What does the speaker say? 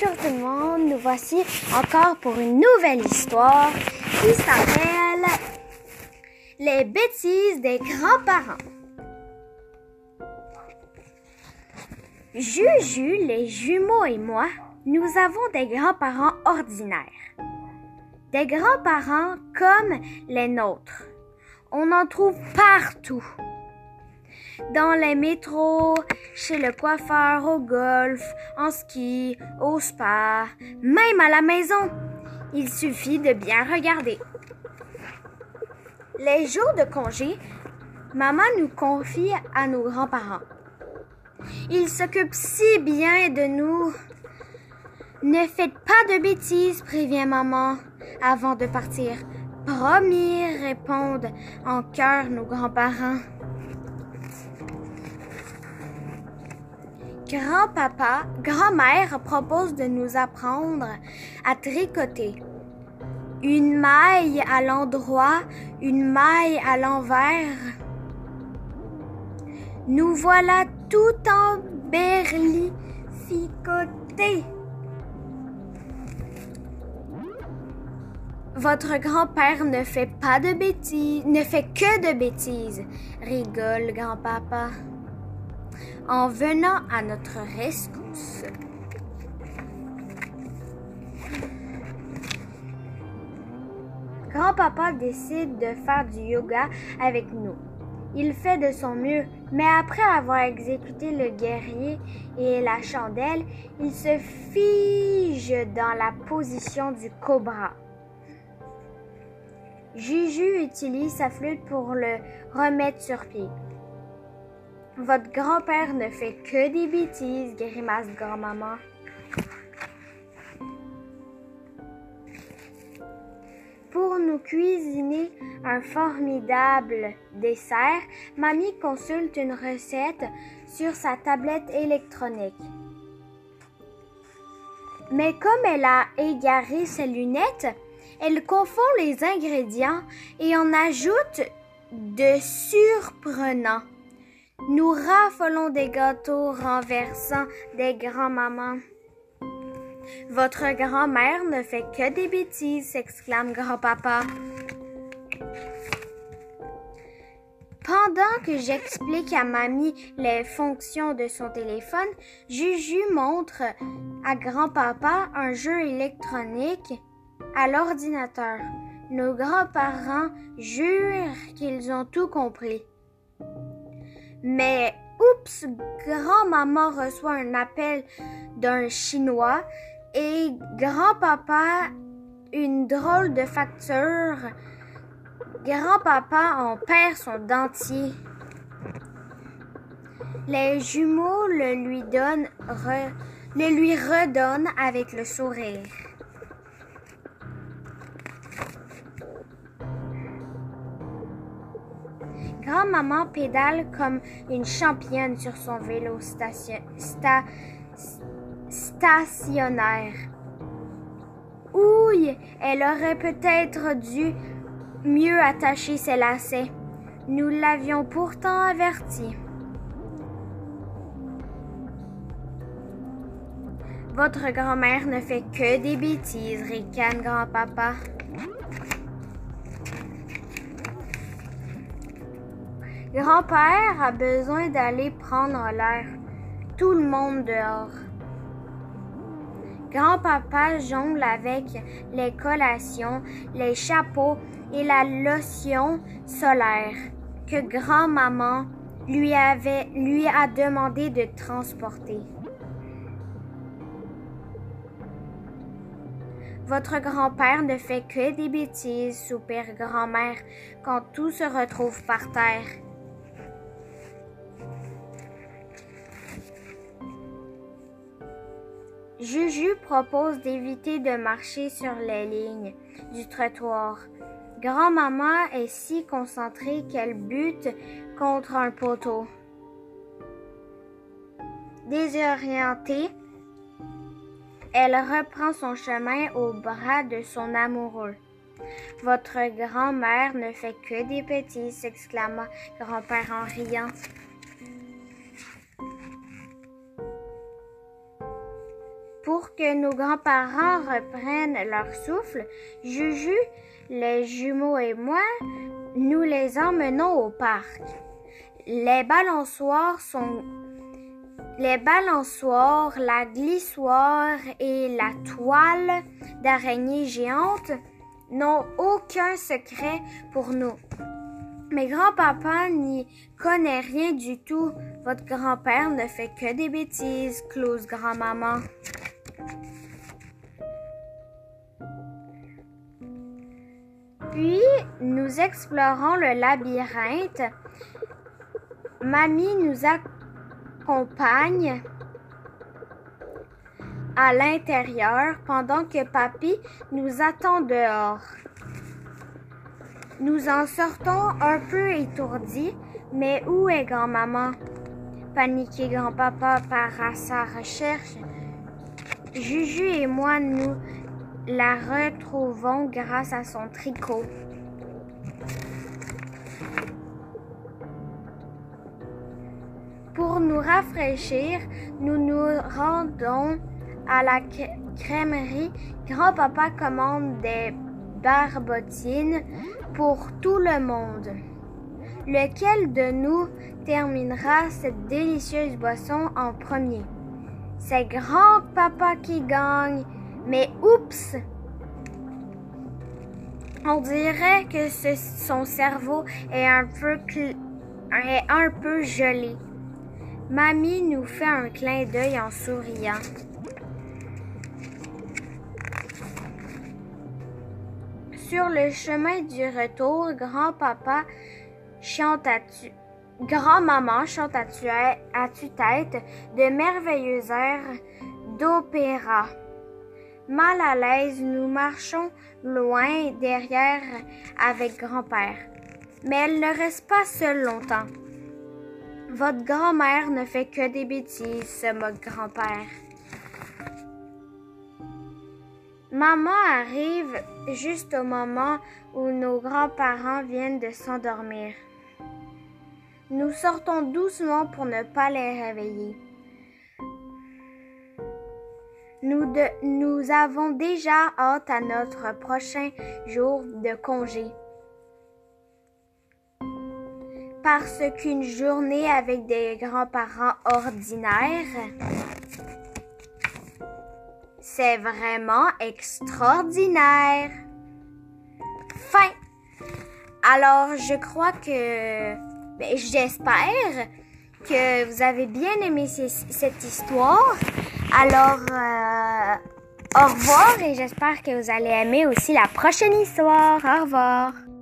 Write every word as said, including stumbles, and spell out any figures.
Bonjour tout le monde, nous voici encore pour une nouvelle histoire qui s'appelle Les bêtises des grands-parents. Juju, les jumeaux et moi, nous avons des grands-parents ordinaires. Des grands-parents comme les nôtres. On en trouve partout. Dans les métros, chez le coiffeur, au golf, en ski, au spa, même à la maison. Il suffit de bien regarder. Les jours de congé, maman nous confie à nos grands-parents. Ils s'occupent si bien de nous. Ne faites pas de bêtises, prévient maman, avant de partir. Promis, répondent en chœur nos grands-parents. Grand-papa, grand-mère propose de nous apprendre à tricoter. Une maille à l'endroit, une maille à l'envers. Nous voilà tout emberlificotés. Votre grand-père ne fait pas de bêtises, ne fait que de bêtises, rigole grand-papa, en venant à notre rescousse. Grand-papa décide de faire du yoga avec nous. Il fait de son mieux, mais après avoir exécuté le guerrier et la chandelle, il se fige dans la position du cobra. Juju utilise sa flûte pour le remettre sur pied. Votre grand-père ne fait que des bêtises, grimace grand-maman. Pour nous cuisiner un formidable dessert, mamie consulte une recette sur sa tablette électronique. Mais comme elle a égaré ses lunettes, elle confond les ingrédients et en ajoute de surprenants. Nous raffolons des gâteaux renversant des grands-mamans. Votre grand-mère ne fait que des bêtises, s'exclame grand-papa. Pendant que j'explique à mamie les fonctions de son téléphone, Juju montre à grand-papa un jeu électronique à l'ordinateur. Nos grands-parents jurent qu'ils ont tout compris. Mais, oups, grand-maman reçoit un appel d'un Chinois et grand-papa une drôle de facture. Grand-papa en perd son dentier. Les jumeaux le lui donnent, re, le lui redonnent avec le sourire. Grand-maman pédale comme une championne sur son vélo station, sta, stationnaire. Ouille, elle aurait peut-être dû mieux attacher ses lacets. Nous l'avions pourtant averti. Votre grand-mère ne fait que des bêtises, ricane grand-papa. Grand-père a besoin d'aller prendre l'air. Tout le monde dehors. Grand-papa jongle avec les collations, les chapeaux et la lotion solaire que grand-maman lui avait, lui a demandé de transporter. Votre grand-père ne fait que des bêtises, soupire grand-mère quand tout se retrouve par terre. Juju propose d'éviter de marcher sur les lignes du trottoir. Grand-maman est si concentrée qu'elle bute contre un poteau. Désorientée, elle reprend son chemin au bras de son amoureux. Votre grand-mère ne fait que des bêtises, s'exclama grand-père en riant. Pour que nos grands-parents reprennent leur souffle, Juju, les jumeaux et moi, nous les emmenons au parc. Les balançoires sont les balançoires, la glissoire et la toile d'araignée géante n'ont aucun secret pour nous. Mais grand-papa n'y connaît rien du tout. Votre grand-père ne fait que des bêtises, close grand-maman. Puis, nous explorons le labyrinthe. Mamie nous accompagne à l'intérieur pendant que papy nous attend dehors. Nous en sortons un peu étourdis, mais où est grand-maman? Paniqué, grand-papa part à sa recherche. Juju et moi, nous la retrouvons grâce à son tricot. Pour nous rafraîchir, nous nous rendons à la crèmerie. Grand-papa commande des barbotines pour tout le monde. Lequel de nous terminera cette délicieuse boisson en premier? C'est grand-papa qui gagne. Mais oups! On dirait que ce, son cerveau est un peu, est un peu gelé. Mamie nous fait un clin d'œil en souriant. Sur le chemin du retour, grand-papa chante à tu... grand-maman chante à tue-tête de merveilleux airs d'opéra. Mal à l'aise, nous marchons loin derrière avec grand-père. Mais elle ne reste pas seule longtemps. Votre grand-mère ne fait que des bêtises, se moque grand-père. Maman arrive juste au moment où nos grands-parents viennent de s'endormir. Nous sortons doucement pour ne pas les réveiller. Nous, de, nous avons déjà hâte à notre prochain jour de congé. Parce qu'une journée avec des grands-parents ordinaires, c'est vraiment extraordinaire. Fin. Alors, je crois que, ben, j'espère que vous avez bien aimé c- cette histoire. Alors, euh, au revoir et j'espère que vous allez aimer aussi la prochaine histoire. Au revoir.